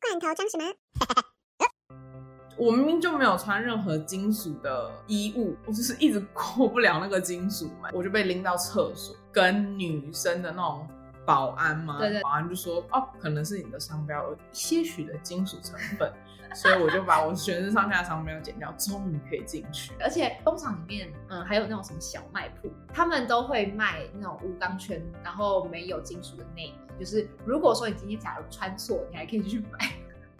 罐头装什么？ 我明明就没有穿任何金属的衣物，我就是一直过不了那个金属门，我就被拎到厕所，跟女生的那种保安嘛， 对， 保安就说可能是你的商标有些许的金属成分，所以我就把我全身上下的商标剪掉，终于可以进去。 而且工厂里面，还有那种什么小卖铺，他们都会卖那种无钢圈，然后没有金属的内衣，就是如果说你今天假如穿错，你还可以去买。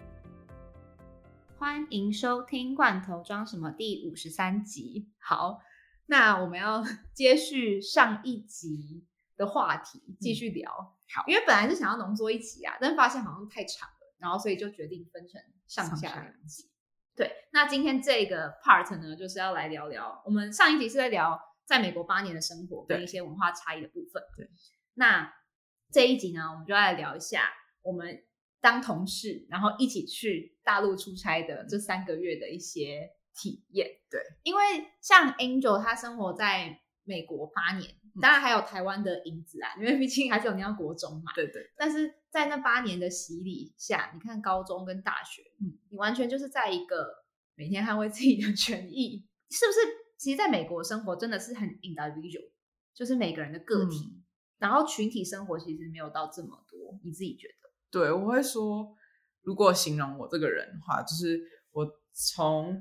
欢迎收听《罐头装什么》第53集。好，那我们要接续上一集的话题，继续聊。好，因为本来是想要浓缩一集啊，但发现好像太长了，然后所以就决定分成上下两集。对，那今天这个 part 呢，就是要来聊聊我们上一集是在聊在美国8年的生活跟一些文化差异的部分。 对， 那这一集呢，我们就来聊一下我们当同事，然后一起去大陆出差的这3个月的一些体验。 对， 因为像 Angel 他生活在美国8年，当然还有台湾的影子啊，因为毕竟还是有念到国中嘛。 对对。 但是在那8年的洗礼下，你看高中跟大学，你完全就是在一个每天捍卫自己的权益，是不是？其实在美国生活真的是很 individual， 就是每个人的个体，然后群体生活其实没有到这么多，你自己觉得？ 对，我会说，如果形容我这个人的话，就是我从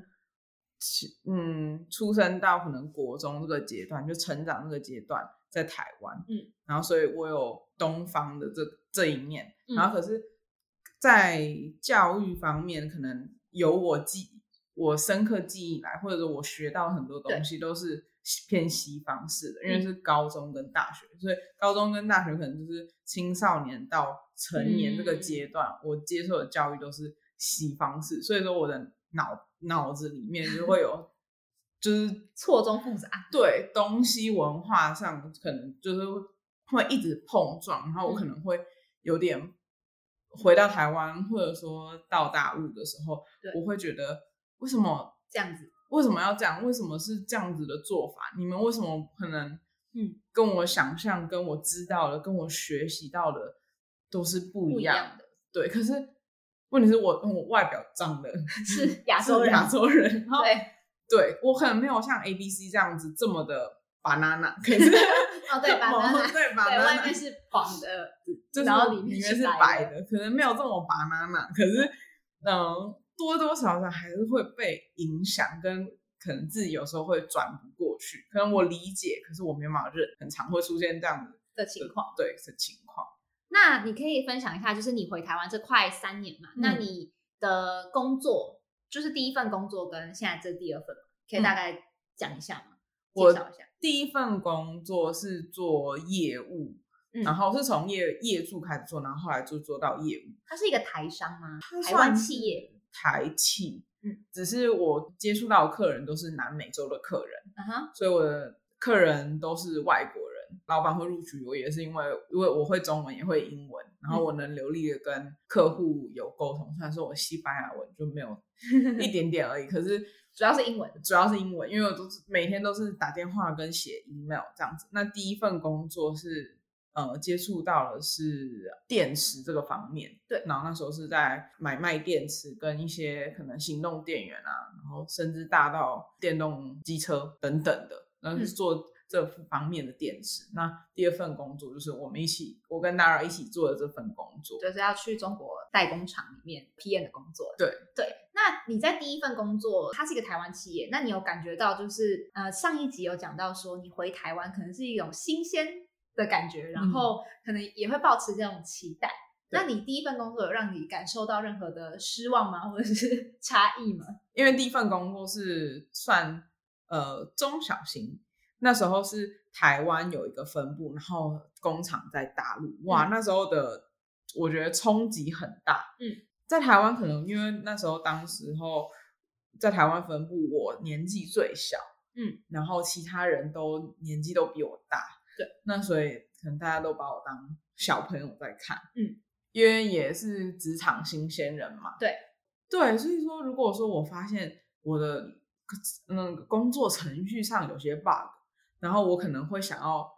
出生到可能国中这个阶段，就成长这个阶段在台湾，然后所以我有东方的这一面，然后可是在教育方面，可能有我深刻记忆以来，或者说我学到很多东西都是偏西方式的，因为是高中跟大学，所以高中跟大学可能就是青少年到成年这个阶段，我接受的教育都是西方式，所以说我的脑子里面就会有就是错综复杂， 对东西文化上可能就是会一直碰撞，然后我可能会有点回到台湾或者说到大陆的时候，我会觉得为什么这样子？ 为什么要这样？为什么是这样子的做法？你们为什么可能跟我想象、跟我知道的、跟我学习到的都是不一样的？对，可是问题是我外表长得是亚洲人， 然后对我可能没有像 ABC 这样子这么的 banana， 可是对 banana， 对 banana， 外面是黄的， 就是然后里面是白的，可能没有这么 banana， 可是多多少少还是会被影响，跟可能自己有时候会转不过去。可能我理解，可是我没办法认，很常会出现这样子的情况。 对，是情况。 那你可以分享一下，就是你回台湾这快3年嘛，那你的工作就是第一份工作跟现在这第2份，可以大概讲一下吗？介绍一下。 第一份工作是做业务。然后是从业助开始做，然后后来就做到业务。 它是一个台商吗？台湾企业？ 台企，只是我接触到的客人都是南美洲的客人，所以我的客人都是外国人。老板会录取我也是因为我会中文也会英文，然后我能流利的跟客户有沟通。虽然说我西班牙文就没有一点点而已，可是主要是英文， 因为我每天都是打电话跟写 email 这样子。那第一份工作是接触到的是电池这个方面，对，然后那时候是在买卖电池跟一些可能行动电源啊，然后甚至大到电动机车等等的，然后是做这方面的电池。那第2份工作就是我跟 Nara 一起做的这份工作， 就是要去中国代工厂里面 PM 的工作。 对， 那你在第1份工作，它是一个台湾企业，那你有感觉到就是上一集有讲到说你回台湾可能是一种新鲜的感觉，然后可能也会抱持这种期待。那你第1份工作有让你感受到任何的失望吗？或者是差异吗？因为第1份工作是算中小型，那时候是台湾有一个分部，然后工厂在大陆。哇，那时候的我觉得冲击很大。在台湾可能因为那时候当时候在台湾分部我年纪最小，然后其他人都年纪都比我大，对，那所以可能大家都把我当小朋友在看，因为也是职场新鲜人嘛，对，所以说如果说我发现我的工作程序上有些 bug， 然后我可能会想要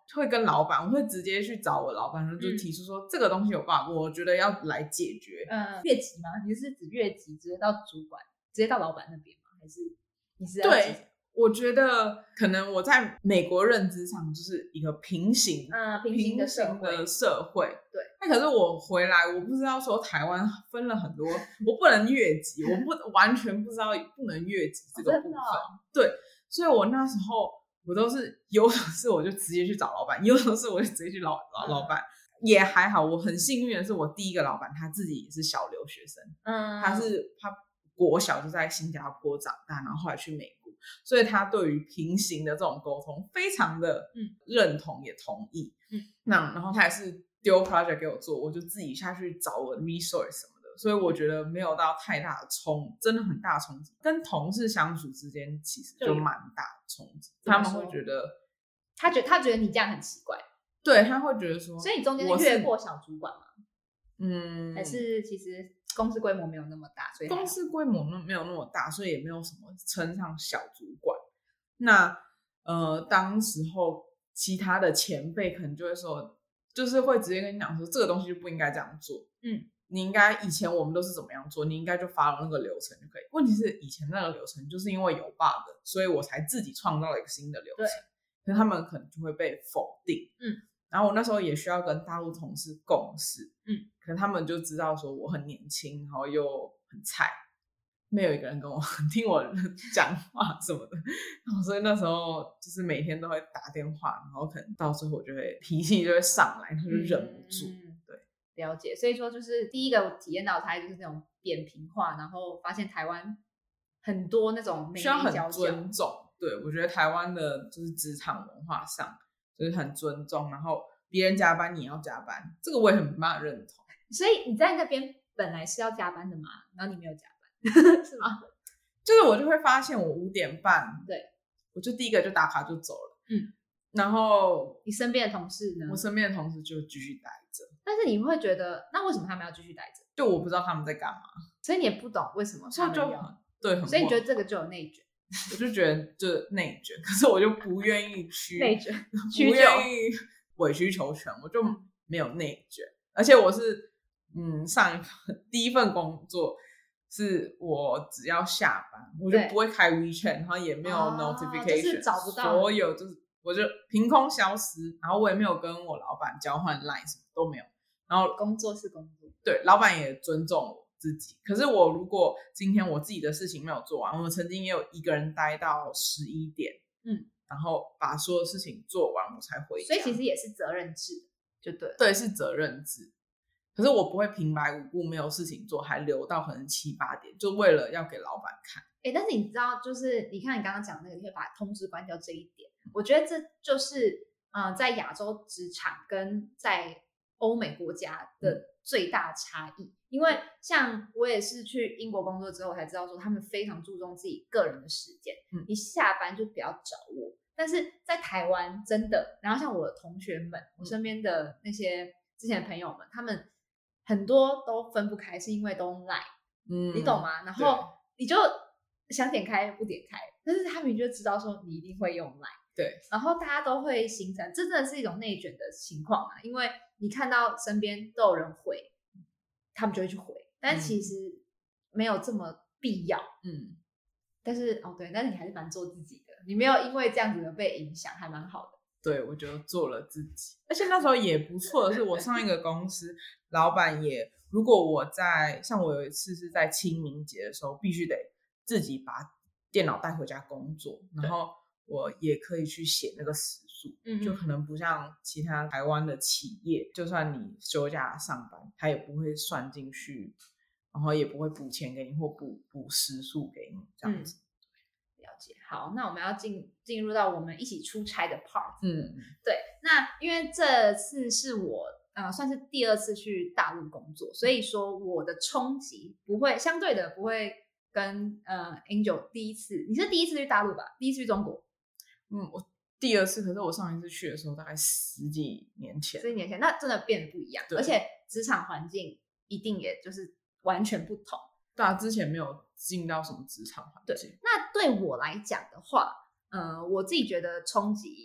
会跟老板，我会直接去找我老板，就提出说这个东西有办法，我觉得要来解决。 越级吗？你是指越级直接到主管，直接到老板那边吗？还是你是对？我觉得可能我在美国认知上就是一个平行的社会， 对。 那可是我回来，我不知道说台湾分了很多，我不能越级，我完全不知道不能越级这个部分。对，所以我那时候我都是有的是我就直接去找老板，有的是我就直接去找老板。也还好，我很幸运的是我第一个老板他自己也是小留学生，他国小就在新加坡长大，然后后来去美国，所以他对于平行的这种沟通非常的认同也同意。然后他也是丢 project 给我做，我就自己下去找我的 resource 什么的，所以我觉得没有到太大的真的很大的冲击。跟同事相处之间其实就蛮大的冲击，他们会觉得他觉得你这样很奇怪， 对，他会觉得说， 所以你中间越过小主管吗？还是其实公司规模没有那么大，所以公司规模没有那么大，所以也没有什么称上小主管。那当时候其他的前辈可能就会说，就是会直接跟你讲说，这个东西就不应该这样做。你应该以前我们都是怎么样做，你应该就 follow 那个流程就可以。问题是以前那个流程就是因为有 bug，所以我才自己创造了一个新的流程，可是他们可能就会被否定。然后我那时候也需要跟大陆同事共事，可能他们就知道说我很年轻，然后又很菜，没有一个人跟我听我讲话什么的，然后所以那时候就是每天都会打电话，然后可能到最后我就会脾气就会上来，他就忍不住。对， 了解。所以说就是第一个我体验到它就是那种扁平化，然后发现台湾很多那种需要很尊重。对，我觉得台湾的就是职场文化上就是很尊重，然后别人加班你也要加班，这个我也很没办法认同。 所以你在那边本来是要加班的嘛，然后你没有加班是吗？ 就是我就会发现我5点半， 对， 我就第一个就打卡就走了。然后你身边的同事呢？ 我身边的同事就继续待着。 但是你会觉得，那为什么他们要继续待着？ 就我不知道他们在干嘛， 所以你也不懂为什么他们要。 对， 所以你觉得这个就有内卷？ 我就觉得就内卷，可是我就不愿意去内卷， 不愿意委曲求全，我就没有内卷。而且我是第一份工作是我只要下班我就不会开 WeChat， 然后也没有 notification， 就是找不到， 所有就是我就凭空消失，然后我也没有跟我老板交换 line 什么都没有，然后工作是工作， 对，老板也尊重我自己。可是我如果今天我自己的事情没有做完，我曾经也有一个人待到11点，然后把所有事情做完我才回家。 所以其实也是责任制，就对了。 对，是责任制。可是我不会平白无故没有事情做，还留到可能7、8点，就为了要给老板看。 但是你知道，就是你看你刚刚讲那个，你会把通知关掉这一点，我觉得这就是在亚洲职场跟在欧美国家的最大差异。因为像我也是去英国工作之后才知道说，他们非常注重自己个人的时间，你下班就不要找我。但是在台湾真的，然后像我的同学们，我身边的那些之前的朋友们，他们很多都分不开，是因为都 Line，你懂吗？然后你就想点开不点开，但是他们就知道说你一定会用 Line， 对， 然后大家都会形成，这真的是一种内卷的情况嘛？因为你看到身边都有人回，他们就会去回，但其实没有这么必要，但是对，但是你还是蛮做自己的，你没有因为这样子的被影响，还蛮好的。 对，我就做了自己，而且那时候也不错的是，我上一个公司老板也，如果我像我有一次是在清明节的时候，必须得自己把电脑带回家工作，然后我也可以去写那个时数，就可能不像其他台湾的企业，就算你休假上班，他也不会算进去，然后也不会补钱给你或补时数给你这样子。 了解。好，那我们要进入到我们一起出差的 part。对，那因为这次是我算是第2次去大陆工作，所以说我的冲击相对的不会跟Angel 第一次，你是第一次去大陆吧？第一次去中国？ 我第2次，可是我上一次去的时候大概10几年前， 那真的变得不一样，而且职场环境一定也就是完全不同。 对啊，之前没有进到什么职场环境。 对，那对我来讲的话，我自己觉得冲击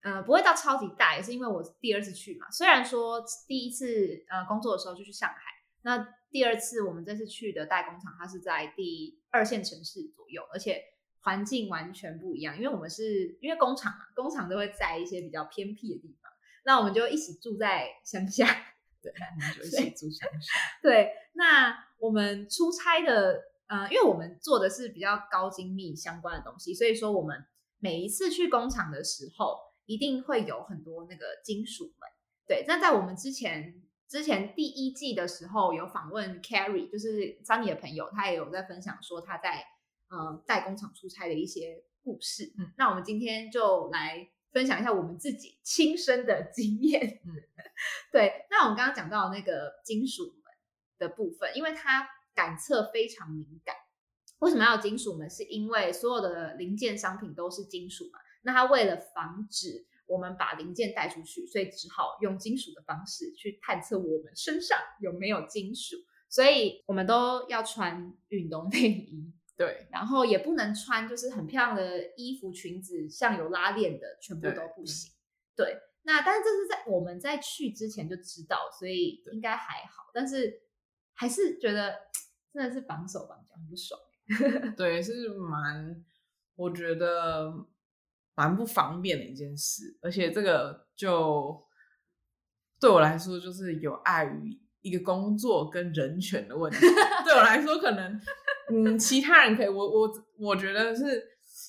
不会到超级大，也是因为我第二次去嘛。虽然说第一次工作的时候就去上海，那第二次我们这次去的代工厂，它是在第2线城市左右，而且环境完全不一样。因为我们是因为工厂嘛，工厂都会在一些比较偏僻的地方，那我们就一起住在乡下。 对，我们就一起住乡下。 对，那我们出差的，因为我们做的是比较高精密相关的东西，所以说我们每一次去工厂的时候，一定会有很多那个金属门。对，那在我们之前第1季的时候有访问 Carrie， 就是 Sunny 的朋友，他也有在分享说他在代工厂出差的一些故事。那我们今天就来分享一下我们自己亲身的经验。对，那我们刚刚讲到那个金属门的部分，因为它感测非常敏感。为什么要有金属门？是因为所有的零件商品都是金属嘛，那它为了防止我们把零件带出去，所以只好用金属的方式去探测我们身上有没有金属，所以我们都要穿运动内衣。 对， 然后也不能穿就是很漂亮的衣服裙子，像有拉链的全部都不行。对，那但是这是在我们在去之前就知道，所以应该还好，但是还是觉得真的是绑手绑脚很不爽。 对，是我觉得蛮不方便的一件事，而且这个就对我来说就是有碍于一个工作跟人权的问题。对我来说可能其他人可以，我觉得是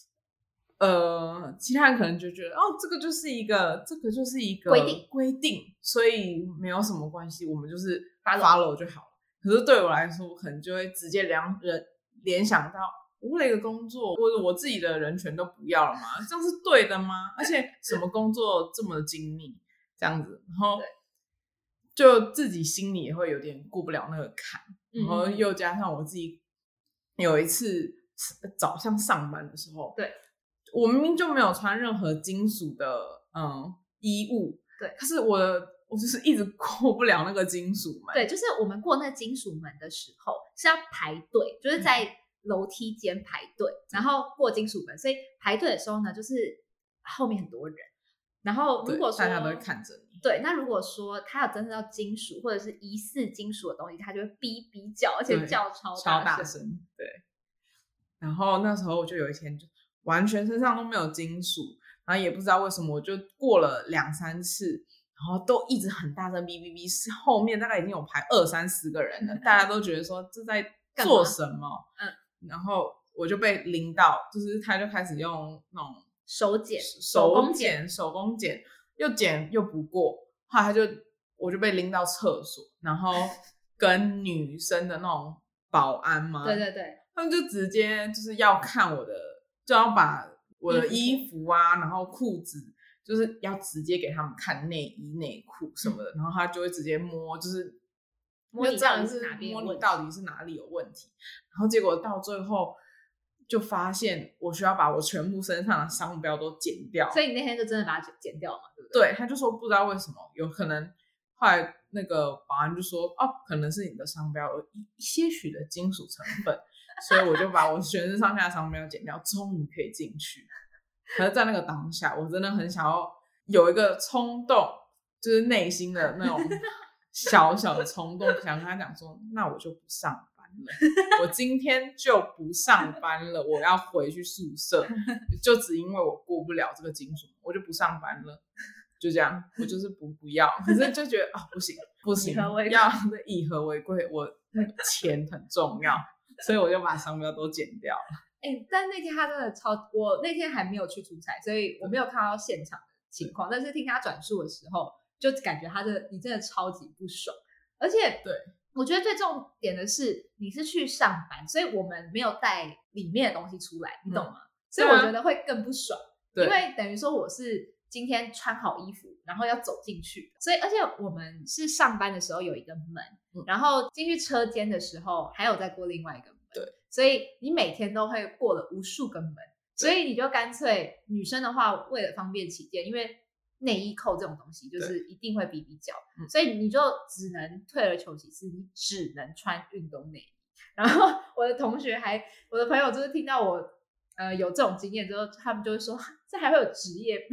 其他人可能就觉得这个就是一个规定，所以没有什么关系，我们就是 follow 就好了。可是对我来说，我可能就会直接联想到，我为了一个工作，我自己的人权都不要了吗？这样是对的吗？而且什么工作这么精密，这样子，然后就自己心里也会有点过不了那个坎，然后又加上我自己有一次早上上班的时候， 对， 我明明就没有穿任何金属的衣物， 对， 可是我就是一直过不了那个金属门。 对，就是我们过那个金属门的时候是要排队，就是在楼梯间排队，然后过金属门，所以排队的时候呢，就是后面很多人，然后如果说大家都会看着你， 对，那如果说他有真的要金属或者是疑似金属的东西，他就会哔哔叫，而且叫超大声。 对，然后那时候我就有一天就完全身上都没有金属，然后也不知道为什么，我就过了2-3次，然后都一直很大声哔哔哔，是后面大概已经有排20-30个人了，大家都觉得说这在做什么？然后我就被拎到，就是他就开始用那种手工剪，又剪又不过，后来我就被拎到厕所，然后跟女生的那种保安嘛， 对对对， 他们就直接就是要看就要把我的衣服啊，然后裤子，就是要直接给他们看内衣内裤什么的，然后他就会直接摸，就是摸你到底是哪里有问题，然后结果到最后就发现我需要把我全部身上的商标都剪掉， 所以你那天就真的把它剪掉嘛，对不对？对，他就说不知道为什么，有可能后来那个保安就说可能是你的商标有一些许的金属成分，所以我就把我全身上下的商标剪掉，终于可以进去。可是在那个当下，我真的很想要有一个冲动，就是内心的那种小小的冲动，想跟他讲说，那我就不上班了，我今天就不上班了，我要回去宿舍，就只因为我过不了这个金属，我就不上班了，就这样，我就是不要。可是就觉得不行，要以和为贵，我那个钱很重要，所以我就把商标都剪掉了。 但那天他真的我那天还没有去出差，所以我没有看到现场的情况，但是听他转述的时候，就感觉你真的超级不爽，而且对， 我觉得最重点的是你是去上班，所以我们没有带里面的东西出来，你懂吗？所以我觉得会更不爽，因为等于说我是今天穿好衣服，然后要走进去，所以而且我们是上班的时候有一个门，然后进去车间的时候还有再过另外一个门， 对， 所以你每天都会过了无数个门，所以你就干脆女生的话，为了方便起见，因为内衣扣这种东西就是一定会哔哔叫，所以你就只能退而求其次，你只能穿运动内衣。然后我的朋友就是听到我有这种经验之后，他们就会说这还会有职业病，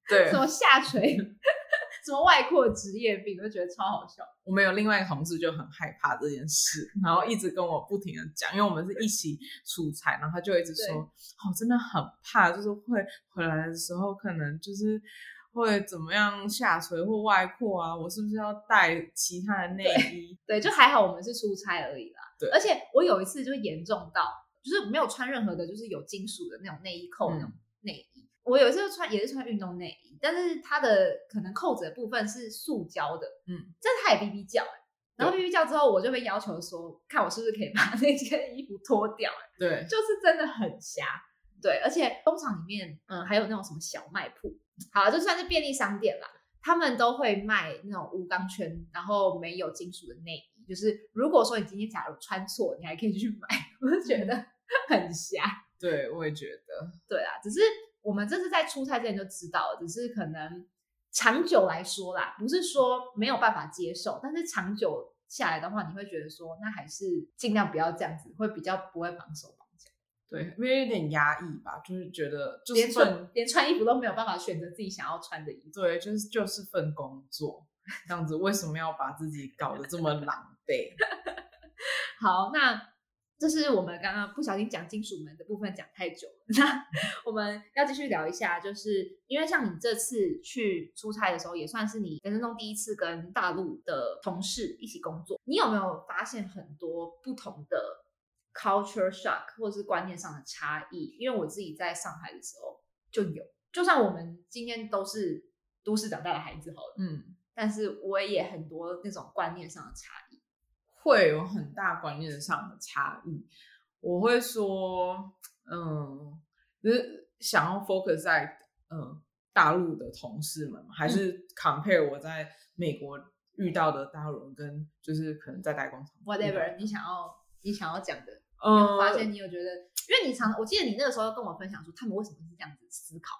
对， 什么下垂什么外扩职业病，我就觉得超好笑。 我们有另外一个同事就很害怕这件事，然后一直跟我不停的讲，因为我们是一起出差，然后他就一直说真的很怕，就是会回来的时候可能就是会怎么样下垂或外扩啊，我是不是要带其他的内衣？ 对，就还好我们是出差而已啦。 对， 而且我有一次就严重到就是没有穿任何的就是有金属的那种内衣扣那种内衣，我有一次也是穿运动内衣，但是它的可能扣子的部分是塑胶的，但是它也哔哔叫然后哔哔叫之后我就被要求说看我是不是可以把那件衣服脱掉对， 就是真的很瞎。对，而且工厂里面还有那种什么小卖铺，好就算是便利商店啦，他们都会卖那种无钢圈然后没有金属的内衣，就是如果说你今天假如穿错你还可以去买，我就觉得很瞎。 对，我也觉得。 对啊，只是我们这次在出差之前就知道了，只是可能长久来说啦，不是说没有办法接受，但是长久下来的话，你会觉得说那还是尽量不要这样子，会比较不会绑手绑脚。 对，因为有点压抑吧，就是觉得就是连穿衣服都没有办法选择自己想要穿的衣服。 对，就是份工作这样子，为什么要把自己搞得这么狼狈？ 好，那这是我们刚刚不小心讲金属门的部分讲太久了，那我们要继续聊一下，就是因为像你这次去出差的时候，也算是你人生中第一次跟大陆的同事一起工作，你有没有发现很多不同的 culture shock 或是观念上的差异？因为我自己在上海的时候就有，就算我们今天都是都市长大的孩子好了，但是我也很多那种观念上的差异。 会有很大观念上的差异。我会说，就是想要 focus 在大陆的同事们，还是 compare 我在美国遇到的大陆人跟就是可能在代工厂 whatever 你想要讲的，你有发现你有觉得，因为你我记得你那个时候跟我分享说他们为什么是这样子思考。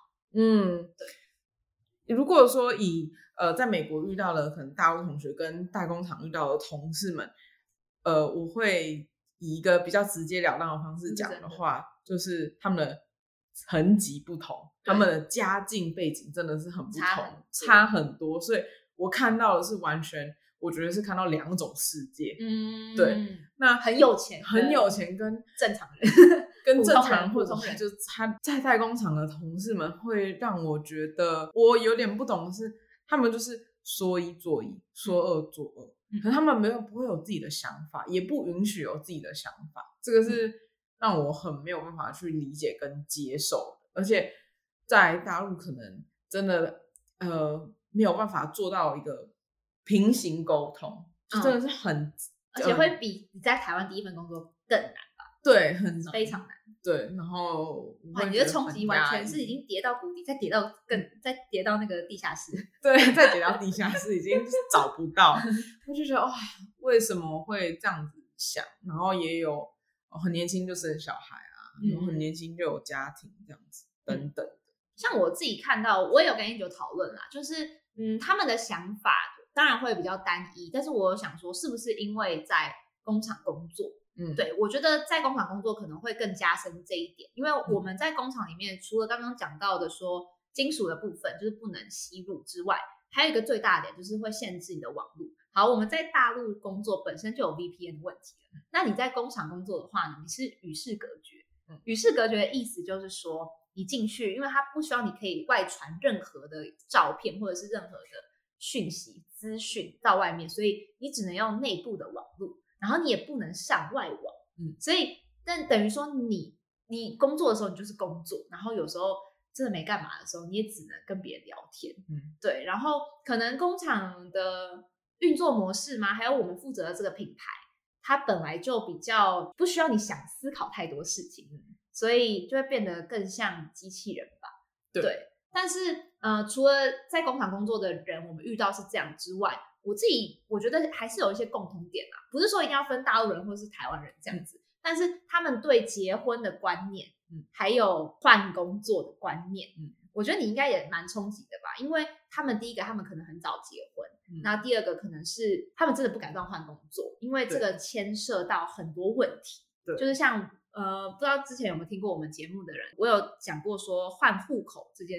对。如果说以在美国遇到了可能大陆同学跟代工厂遇到的同事们，我会以一个比较直截了当的方式讲的话，就是他们的层级不同，他们的家境背景真的是很不同，差很多，所以我看到的是完全，我觉得是看到两种世界。对，那很有钱跟正常人跟正常人或者就是他在代工厂的同事们，会让我觉得我有点不懂的是，他们就是说一做一，说二做二。可是他们不会有自己的想法，也不允许有自己的想法，这个是让我很没有办法去理解跟接受的。而且在大陆可能真的没有办法做到一个平行沟通，就真的是很， 而且会比你在台湾第一份工作更难吧？ 对， 非常难。 对，然后你的冲击完全是已经跌到谷底，再跌到那个地下室， 对，再跌到地下室已经找不到。我就觉得哇，为什么会这样子想？然后也有很年轻就生小孩啊，然后很年轻就有家庭这样子等等。 像我自己看到，我也有跟Angel讨论啦，就是他们的想法当然会比较单一，但是我有想说，是不是因为在工厂工作？对，我觉得在工厂工作可能会更加深这一点，因为我们在工厂里面，除了刚刚讲到的说金属的部分就是不能吸入之外，还有一个最大的点就是会限制你的网络。好，我们在大陆工作本身就有 VPN 的问题了，那你在工厂工作的话呢，你是与世隔绝。与世隔绝的意思就是说，你进去，因为它不希望你可以外传任何的照片或者是任何的讯息资讯到外面，所以你只能用内部的网络。然后你也不能上外网，所以但等于说你工作的时候你就是工作，然后有时候真的没干嘛的时候，你也只能跟别人聊天，对。然后可能工厂的运作模式嘛，还有我们负责的这个品牌，它本来就比较不需要你想思考太多事情，所以就会变得更像机器人吧，对。但是除了在工厂工作的人我们遇到是这样之外，我觉得还是有一些共同点啦，不是说一定要分大陆人或是台湾人这样子，但是他们对结婚的观念，还有换工作的观念，我觉得你应该也蛮冲击的吧，因为他们第一个他们可能很早结婚，那第二个可能是他们真的不敢乱换工作，因为这个牵涉到很多问题，就是像不知道之前有没有听过我们节目的人，我有讲过说换户口这件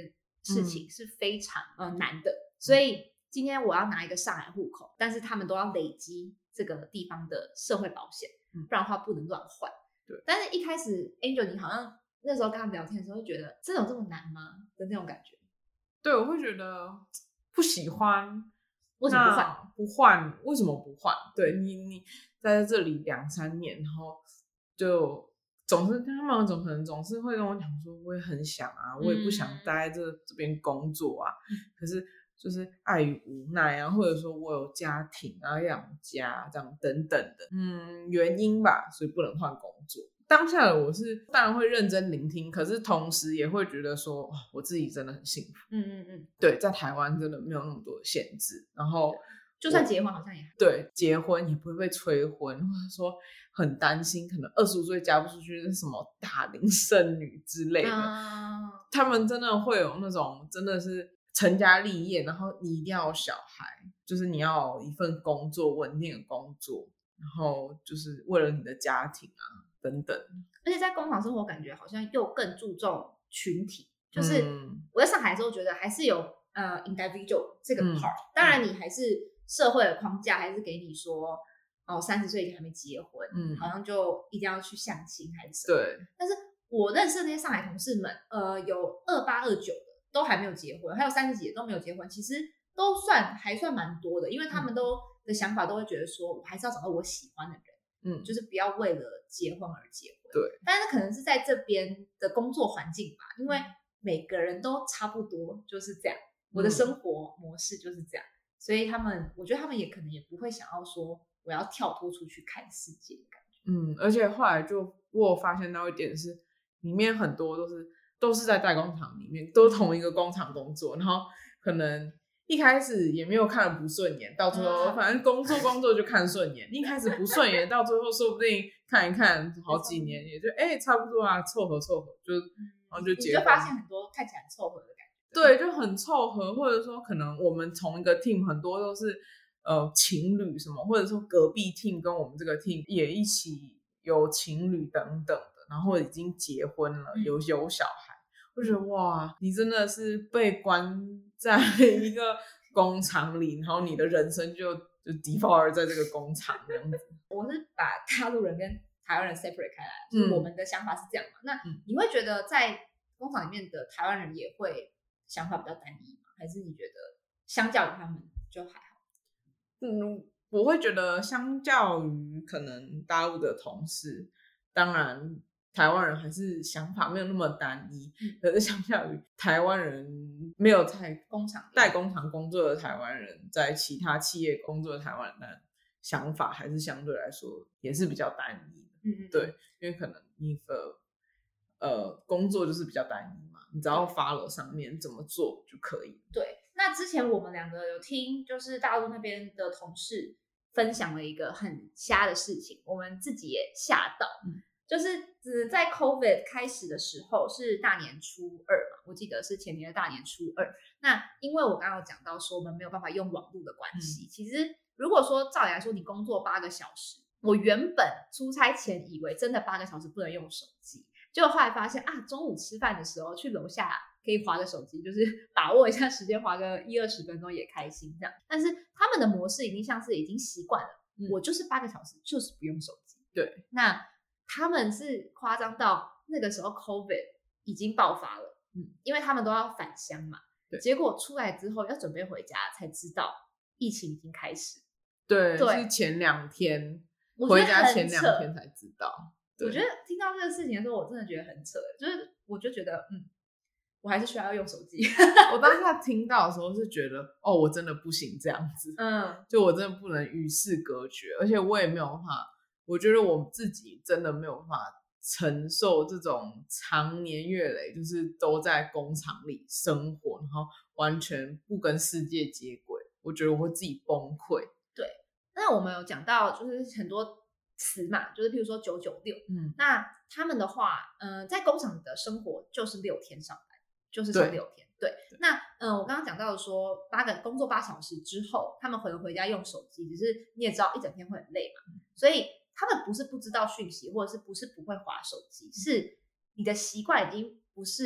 事情是非常难的，所以今天我要拿一个上海户口，但是他们都要累积这个地方的社会保险，不然的话不能乱换。 对， 但是一开始 Angel 你好像那时候跟他们聊天的时候，会觉得真的有这么难吗的那种感觉？ 对，我会觉得不喜欢， 为什么不换？ 不换？为什么不换？对你在这里2-3年，然后就总是他们可能总是会跟我讲说，我也很想啊，我也不想待在这边工作啊，可是就是碍于无奈啊，或者说我有家庭啊，养家这样等等的原因吧，所以不能换工作。当下的我是当然会认真聆听，可是同时也会觉得说，我自己真的很幸福。对，在台湾真的没有那么多的限制，然后就算结婚好像也对，结婚也不会被催婚，或者说很担心可能25岁嫁不出去是什么大龄剩女之类的。他们真的会有那种真的是成家立业，然后你一定要有小孩，就是你要有一份工作，稳定的工作，然后就是为了你的家庭啊等等。 而且在工厂生活感觉好像又更注重群体，就是我在上海的时候觉得还是有individual 这个 part，当然你还是社会的框架还是给你说30岁以前还没结婚，好像就一定要去相亲还是什么。 对， 但是我认识的那些上海同事们，有28、29的都还没有结婚，还有30几的都没有结婚，其实都还算蛮多的，因为他们都的想法都会觉得说，我还是要找到我喜欢的人，就是不要为了结婚而结婚。 对， 但是可能是在这边的工作环境吧，因为每个人都差不多就是这样，我的生活模式就是这样，所以我觉得他们也可能也不会想要说我要跳脱出去看世界的感觉。 而且后来我有发现到一点是，里面很多都是在代工厂里面，都同一个工厂工作，然后可能一开始也没有看得不顺眼，到最后反正工作就看顺眼，一开始不顺眼，到最后说不定看一看好几年也就差不多啊，凑合就然后就结婚， 你就发现很多看起来很凑合的感觉。 对，就很凑合，或者说可能我们同一个 team 很多都是情侣什么，或者说隔壁 team 跟我们这个 team 也一起有情侣等等的，然后已经结婚了，有小孩，我觉得哇，你真的是被关在一个工厂里，然后你的人生就 default 在这个工厂这样子。 我是把大陆人跟台湾人 separate 开来，就是我们的想法是这样嘛。那你会觉得在工厂里面的台湾人也会想法比较单一吗？还是你觉得相较于他们就还好？ 我会觉得相较于可能大陆的同事，当然台湾人还是想法没有那么单一，可是相较于台湾人没有在代工厂工作的台湾人，在其他企业工作的台湾人的想法还是相对来说也是比较单一的。对，因为可能你的工作就是比较单一嘛，你只要 follow 上面怎么做就可以。 对，那之前我们2个有听就是大陆那边的同事分享了一个很瞎的事情，我们自己也吓到。就是在 COVID 开始的时候是大年初2嘛，我记得是前年的大年初2。那因为我刚刚有讲到说我们没有办法用网络的关系，其实如果说照理来说你工作8个小时，我原本出差前以为真的8个小时不能用手机，结果后来发现中午吃饭的时候去楼下可以滑个手机，就是把握一下时间，滑个10-20分钟也开心这样。但是他们的模式已经习惯了，我就是8个小时就是不用手机。 对， 那他们是夸张到那个时候 COVID 已经爆发了，因为他们都要返乡嘛，结果出来之后要准备回家才知道疫情已经开始。 对，是前2天回家前2天才知道。 我觉得听到这个事情的时候，我真的觉得很扯，就是我就觉得我还是需要用手机。 我当下听到的时候是觉得我真的不行这样子，就我真的不能与世隔绝，而且我也没有办法，我觉得我自己真的没有办法承受这种长年月累就是都在工厂里生活，然后完全不跟世界接轨，我觉得我会自己崩溃。 对，那我们有讲到就是很多词嘛，就是譬如说996，那他们的话在工厂的生活就是6天上班，就是上6天。对，那我刚刚讲到的说工作8小时之后他们回家用手机，只是你也知道一整天会很累嘛，所以他们不是不知道讯息，或者是不会滑手机，是你的习惯已经不是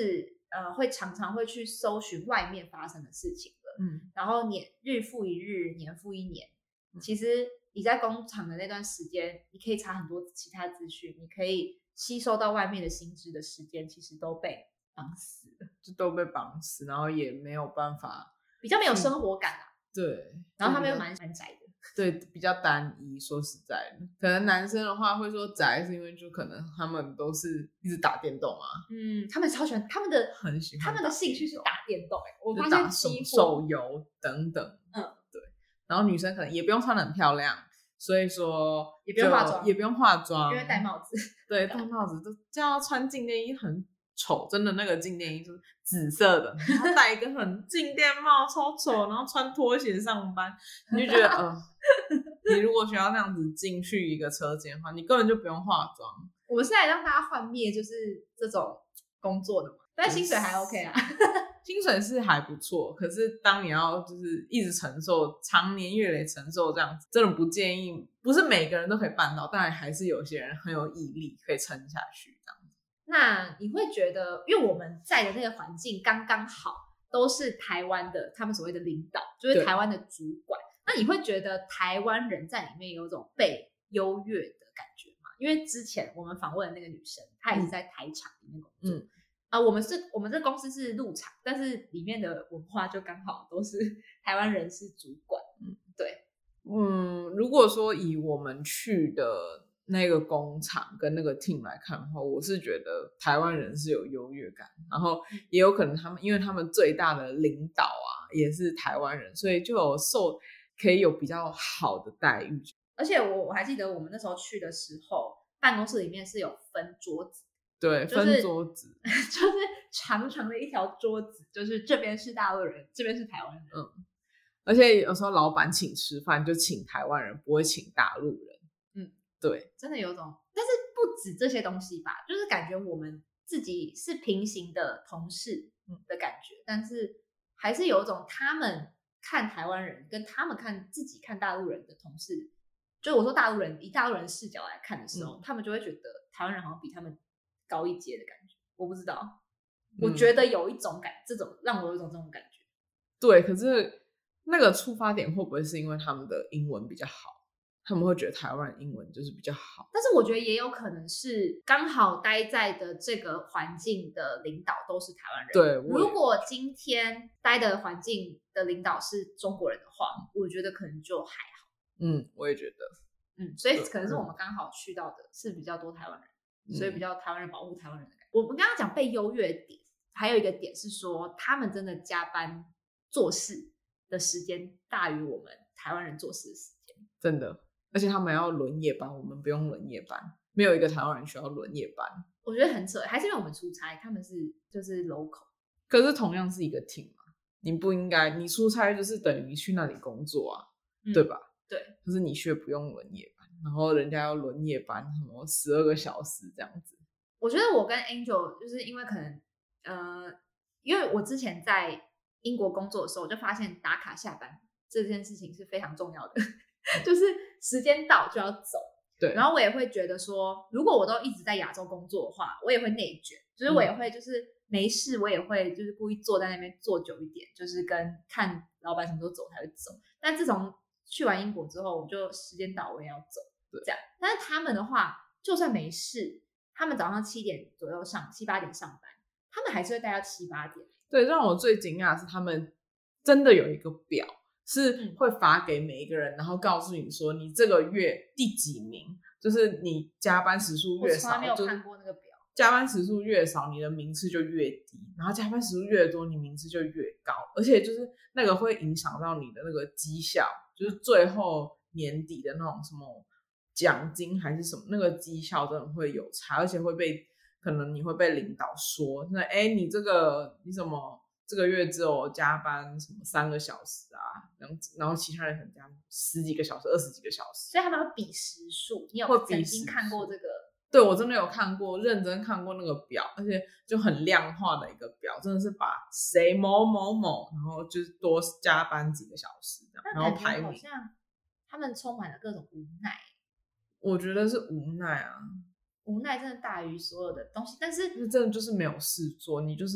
会常常会去搜寻外面发生的事情了，然后日复一日，年复一年，其实你在工厂的那段时间，你可以查很多其他资讯，你可以吸收到外面的新知的时间，其实都被绑死了， 就都被绑死，然后也没有办法， 比较没有生活感啊。 对， 然后他们又蛮宅的， 对，比较单一。说实在的，可能男生的话会说宅，是因为就可能他们都是一直打电动啊。 他们超喜欢， 很喜欢， 他们的兴趣是打电动。我发现几乎手游等等，对。然后女生可能也不用穿得很漂亮，所以说也不用化妆， 也不用化妆， 因为戴帽子， 对，戴帽子都叫她穿静电衣很丑，真的那个静电衣就是紫色的，然后戴一个很静电帽，超丑，然后穿拖鞋上班，你就觉得你如果需要那样子进去一个车间的话，你根本就不用化妆。 我们是来让大家幻灭，就是这种工作的嘛，但薪水还 OK 啊。 薪水是还不错，可是当你要就是一直承受，长年月累承受这样子，真的不建议，不是每个人都可以办到，当然还是有些人很有毅力可以撑下去这样子。 那你会觉得，因为我们在的那个环境刚刚好，都是台湾的，他们所谓的领导，就是台湾的主管，那你会觉得台湾人在里面有种被优越的感觉吗？因为之前我们访问的那个女生，她也是在台厂里面工作，我们这公司是陆厂，但是里面的文化就刚好都是台湾人是主管，对， 如果说以我们去的那个工厂跟那个 team 来看的话，我是觉得台湾人是有优越感，然后也有可能因为他们最大的领导啊也是台湾人，所以就可以有比较好的待遇。 而且我还记得我们那时候去的时候，办公室里面是有分桌子。 对，分桌子， 就是长长的一条桌子，就是这边是大陆人，这边是台湾人。 而且有时候老板请吃饭就请台湾人，不会请大陆人。对， 真的有种，但是不止这些东西吧，就是感觉我们自己是平行的同事的感觉，但是还是有种他们看台湾人跟他们自己看大陆人的同事，就我说大陆人以大陆人视角来看的时候，他们就会觉得台湾人好像比他们高一阶的感觉，我不知道，我觉得有一种这种让我有一种这种感觉。 对，可是那个出发点会不会是因为他们的英文比较好？他们会觉得台湾人英文就是比较好， 但是我觉得也有可能是刚好待在的这个环境的领导都是台湾人。 对， 如果今天待的环境的领导是中国人的话，我觉得可能就还好。 我也觉得， 所以可能是我们刚好去到的是比较多台湾人，所以比较台湾人保护台湾人的感觉。我们刚刚讲被优越的点，还有一个点是说，他们真的加班做事的时间大于我们台湾人做事的时间， 真的。而且他们要轮夜班，我们不用轮夜班，没有一个台湾人需要轮夜班。 我觉得很扯，还是因为我们出差，他们就是 local。 可是同样是一个 team 嘛，你不应该，你出差就是等于去那里工作啊，对吧？ 对。 可是你却不用轮夜班，然后人家要轮夜班，什么12个小时这样子。 我觉得我跟 Angel 就是因为可能因为我之前在英国工作的时候，我就发现打卡下班这件事情是非常重要的。就是时间到就要走， 对。 然后我也会觉得说，如果我都一直在亚洲工作的话，我也会内卷，就是我也会就是没事，我也会就是故意坐在那边坐久一点，就是看老板什么时候走才会走。但自从去完英国之后，我就时间到我也要走，这样。但是他们的话，就算没事，他们早上7点左右7、8点上班，他们还是会待到7、8点。 对，让我最惊讶的是他们真的有一个表。是会发给每一个人，然后告诉你说你这个月第几名，就是你加班时数越少， 我从来没有看过那个表。 加班时数越少，你的名次就越低，然后加班时数越多，你名次就越高，而且就是那个会影响到你的那个绩效，就是最后年底的那种什么奖金还是什么，那个绩效真的会有差，而且可能你会被领导说，那你怎么这个月只有加班什么3个小时啊，然后其他人可能加10几个小时、20几个小时， 所以他们会比时数。你有曾经看过这个？ 对，我真的有看过，认真看过那个表，而且就很量化的一个表，真的是把谁某某某，然后就是多加班几个小时这样，然后排名。 好像他们充满了各种无奈。 我觉得是无奈啊， 无奈真的大于所有的东西，但是真的就是没有事做，你就是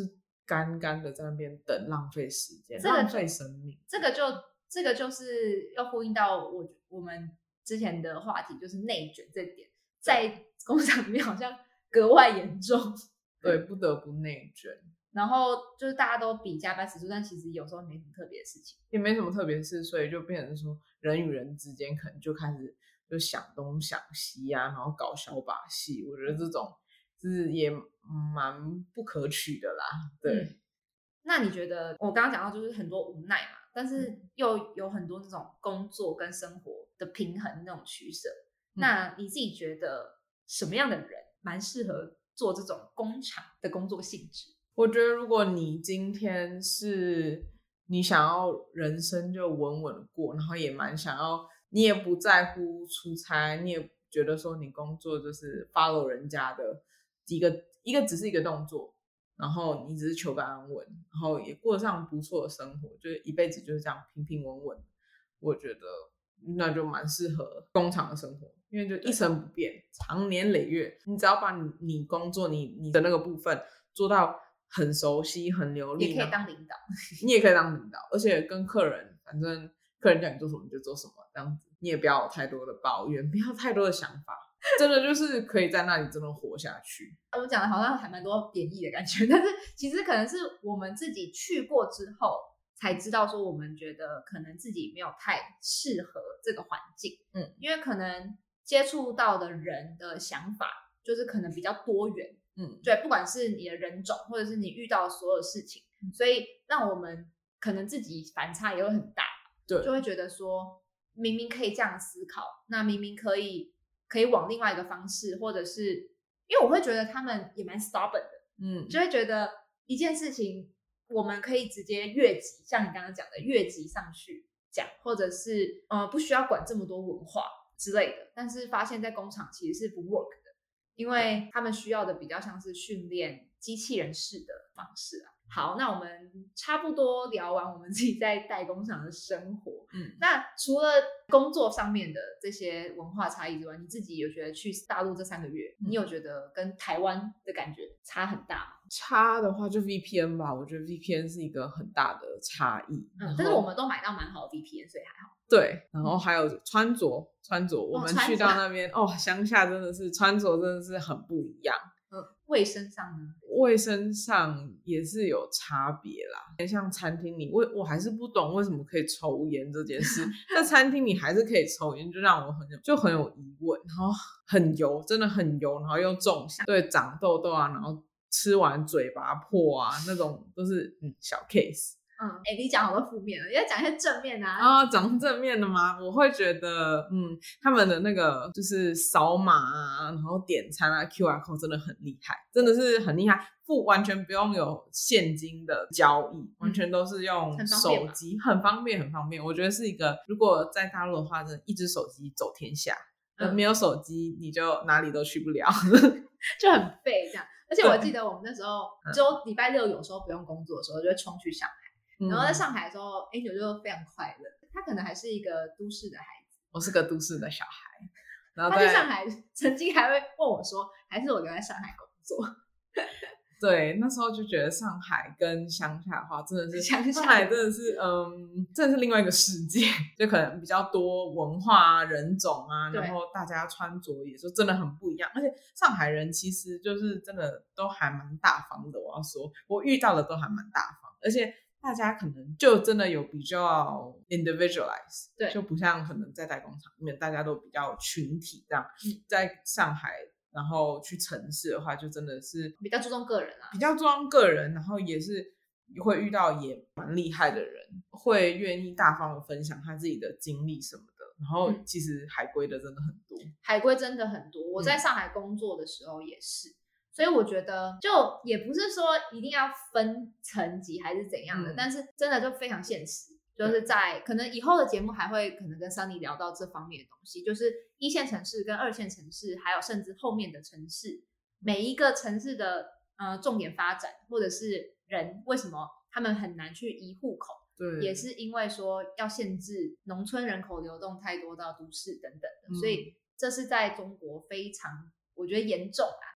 干的在那边等，浪费时间，浪费生命。 这个就是要呼应到我们之前的话题，就是内卷这点，在工厂里面好像格外严重。 对，不得不内卷。 然后就是大家都比加班时数，但其实有时候没什么特别的事情， 也没什么特别的事，所以就变成说人与人之间可能就开始就想东想西啊，然后搞小把戏。我觉得这种就是也蛮不可取的啦。对。 那你觉得我刚刚讲到就是很多无奈嘛，但是又有很多那种工作跟生活的平衡那种取舍。那你自己觉得什么样的人蛮适合做这种工厂的工作性质？ 我觉得如果你今天是你想要人生就稳稳的过，然后也蛮想要，你也不在乎出差，你也觉得说你工作就是 follow 人家的一个只是一个动作，然后你只是求个安稳，然后也过上不错的生活，就是一辈子就是这样平平稳稳，我觉得那就蛮适合工厂的生活，因为就一成不变，长年累月，你只要把你工作你的那个部分做到很熟悉很流利， 也可以当领导。 你也可以当领导，而且跟客人，反正客人叫你做什么你就做什么，这样子你也不要有太多的抱怨，不要太多的想法，真的就是可以在那里真的活下去。 我们讲的好像还蛮多贬义的感觉，但是其实可能是我们自己去过之后才知道说我们觉得可能自己没有太适合这个环境。因为可能接触到的人的想法就是可能比较多元。对，不管是你的人种或者是你遇到的所有事情，所以让我们可能自己反差也会很大。对，就会觉得说明明可以这样思考，那明明可以往另外一个方式，或者是因为我会觉得他们也蛮 stubborn 的。就会觉得一件事情我们可以直接越级，像你刚刚讲的越级上去讲，或者是不需要管这么多文化之类的，但是发现在工厂其实是不 work 的，因为他们需要的比较像是训练机器人式的方式啊。好，那我们差不多聊完我们自己在代工厂的生活。那除了工作上面的这些文化差异之外，你自己有觉得去大陆这3个月，你有觉得跟台湾的感觉差很大吗？ 差的话就 VPN 吧，我觉得 VPN 是一个很大的差异。 但是我们都买到蛮好的 VPN， 所以还好。 对，然后还有穿着，我们去到那边乡下真的是穿着真的是很不一样。 卫生上呢？ 卫生上也是有差别啦。像餐厅里，我还是不懂为什么可以抽烟这件事。在餐厅里还是可以抽烟，就让我很有疑问。然后很油，真的很油，然后又重香，对，长痘痘啊，然后吃完嘴巴破啊，那种都是小 case。 你讲好多负面了，你要讲一些正面啊。 讲正面的吗？我会觉得他们的那个就是扫码啊，然后点餐啊 QR code 真的很厉害，真的是很厉害，完全不用有现金的交易，完全都是用手机，很方便。我觉得是一个，如果在大陆的话，真的一只手机走天下。没有手机你就哪里都去不了。 就很废这样。而且我记得我们那时候就礼拜六有时候不用工作的时候就会冲去上海。然后在上海的时候 Angel 就非常快乐，他可能还是一个都市的孩子， 我是个都市的小孩。然后他去上海曾经还会问我说还是我留在上海工作。 对，那时候就觉得上海跟乡下的话真的是， 上海真的是真的是另外一个世界，就可能比较多文化啊人种啊，然后大家穿着也就真的很不一样。而且上海人其实就是真的都还蛮大方的，我要说我遇到的都还蛮大方，而且大家可能就真的有比较 individualize， 对，就不像可能在代工厂里面大家都比较群体这样。在上海然后去城市的话就真的是比较注重个人啊， 比较注重个人，然后也是会遇到也蛮厉害的人，会愿意大方的分享他自己的经历什么的。然后其实海归的真的很多， 海归真的很多。我在上海工作的时候也是。所以我觉得就也不是说一定要分层级还是怎样的，但是真的就非常现实，就是在可能以后的节目还会可能跟 Sunny 聊到这方面的东西，就是1线城市跟2线城市，还有甚至后面的城市，每一个城市的重点发展或者是人为什么他们很难去移户口，对，也是因为说要限制农村人口流动太多到都市等等的，所以这是在中国非常我觉得严重啊。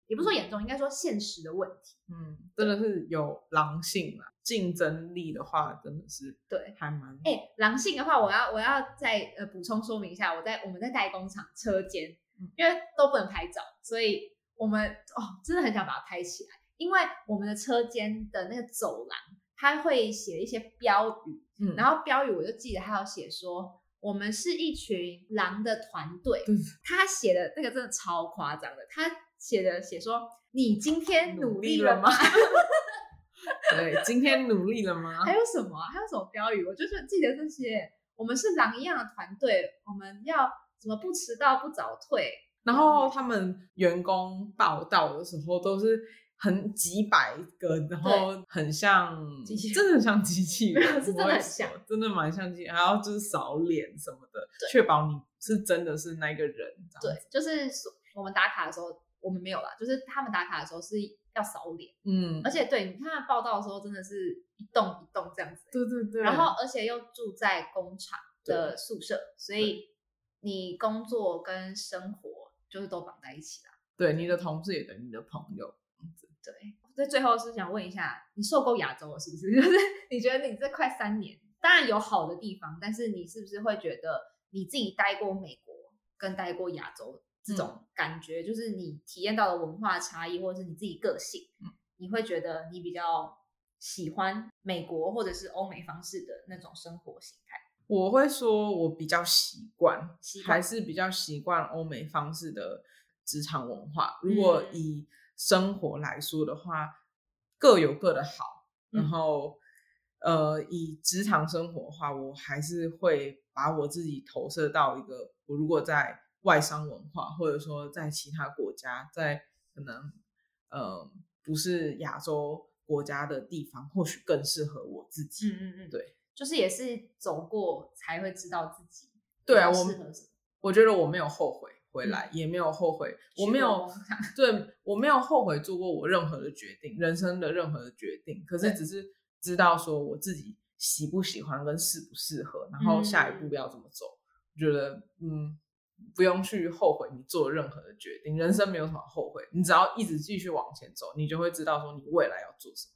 也不是说严重，应该说现实的问题。 真的是有狼性啦，竞争力的话真的是对， 还蛮狼性的话，我要再补充说明一下，我们在代工厂车间，因为都不能拍照，所以我们真的很想把它拍起来，因为我们的车间的那个走廊，它会写一些标语，然后标语我就记得它有写说，我们是一群狼的团队。他写的那个真的超夸张的，他写说你今天努力了吗？ 对，今天努力了吗？ 还有什么还有什么标语？我就是记得这些。我们是狼一样的团队，我们要什么不迟到不早退。 然后他们员工报道的时候都是很几百个，然后很像真的很像机器人， 是真的很像， 真的蛮像机器人，还要就是扫脸什么的，确保你是真的是那个人。 对，就是我们打卡的时候，我们没有啦，就是他们打卡的时候是要扫脸，而且对你看他报道的时候真的是一栋一栋这样子， 对， 然后而且又住在工厂的宿舍，所以你工作跟生活就是都绑在一起啦。 对，你的同事也等于你的朋友。 对，所以最后是想问一下，你受够亚洲了是不是？就是你觉得你这快3年，当然有好的地方，但是你是不是会觉得你自己待过美国跟待过亚洲这种感觉，就是你体验到的文化差异，或者是你自己个性，你会觉得你比较喜欢美国或者是欧美方式的那种生活形态？ 我会说我比较习惯，还是比较习惯欧美方式的职场文化。如果以生活来说的话，各有各的好，然后以职场生活的话，我还是会把我自己投射到一个，我如果在外商文化，或者说在其他国家，在可能不是亚洲国家的地方，或许更适合我自己。对， 就是也是走过才会知道自己对啊， 适合什么。 我觉得我没有后悔回来，也没有后悔，我没有后悔做过我任何的决定，人生的任何的决定，可是只是知道说我自己喜不喜欢跟适不适合，然后下一步要怎么走。我觉得不用去后悔你做任何的决定，人生没有什么后悔，你只要一直继续往前走，你就会知道说你未来要做什么。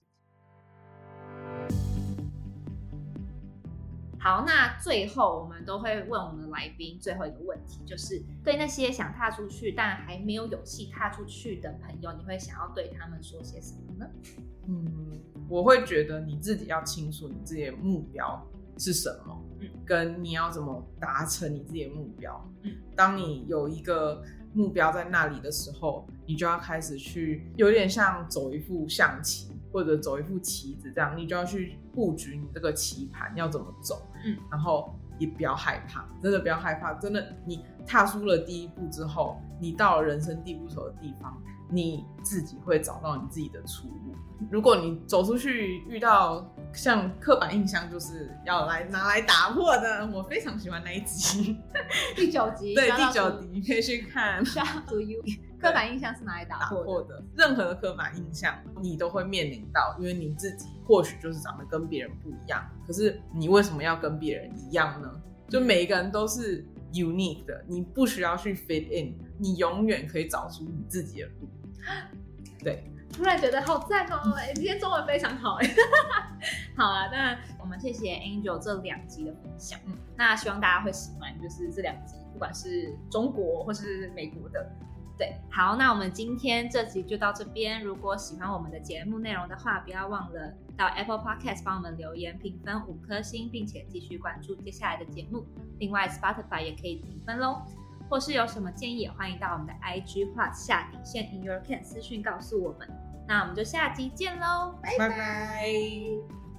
好，那最后我们都会问我们的来宾最后一个问题，就是对那些想踏出去但还没有勇气踏出去的朋友，你会想要对他们说些什么呢？ 我会觉得你自己要清楚你自己的目标是什么，跟你要怎么达成你自己的目标。当你有一个目标在那里的时候，你就要开始去，有点像走一副象棋或者走一副棋子这样，你就要去布局你这个棋盘要怎么走。然后也不要害怕，真的不要害怕，真的你踏出了第一步之后，你到了人生地不熟的地方，你自己会找到你自己的出路。如果你走出去遇到像刻板印象就是要拿来打破的，我非常喜欢那一集第9集， 对，第9集你可以去看。 Shout to you， 刻板印象是拿来打破的。 任何的刻板印象你都会面临到，因为你自己或许就是长得跟别人不一样，可是你为什么要跟别人一样呢？就每一个人都是 unique 的，你不需要去 fit in， 你永远可以找出你自己的路。对， 突然觉得好赞哦！今天中文非常好。好啊，那我们谢谢 Angel 这2集的分享。那希望大家会喜欢，就是这2集，不管是中国或是美国的。对，好，那我们今天这集就到这边。如果喜欢我们的节目内容的话，不要忘了到 Apple Podcast 帮我们留言评分5颗星，并且继续关注接下来的节目。另外 Spotify 也可以评分咯。或是有什么建议，也欢迎到我们的 IG Plus _in your can 私讯告诉我们。那我们就下集见咯，拜拜。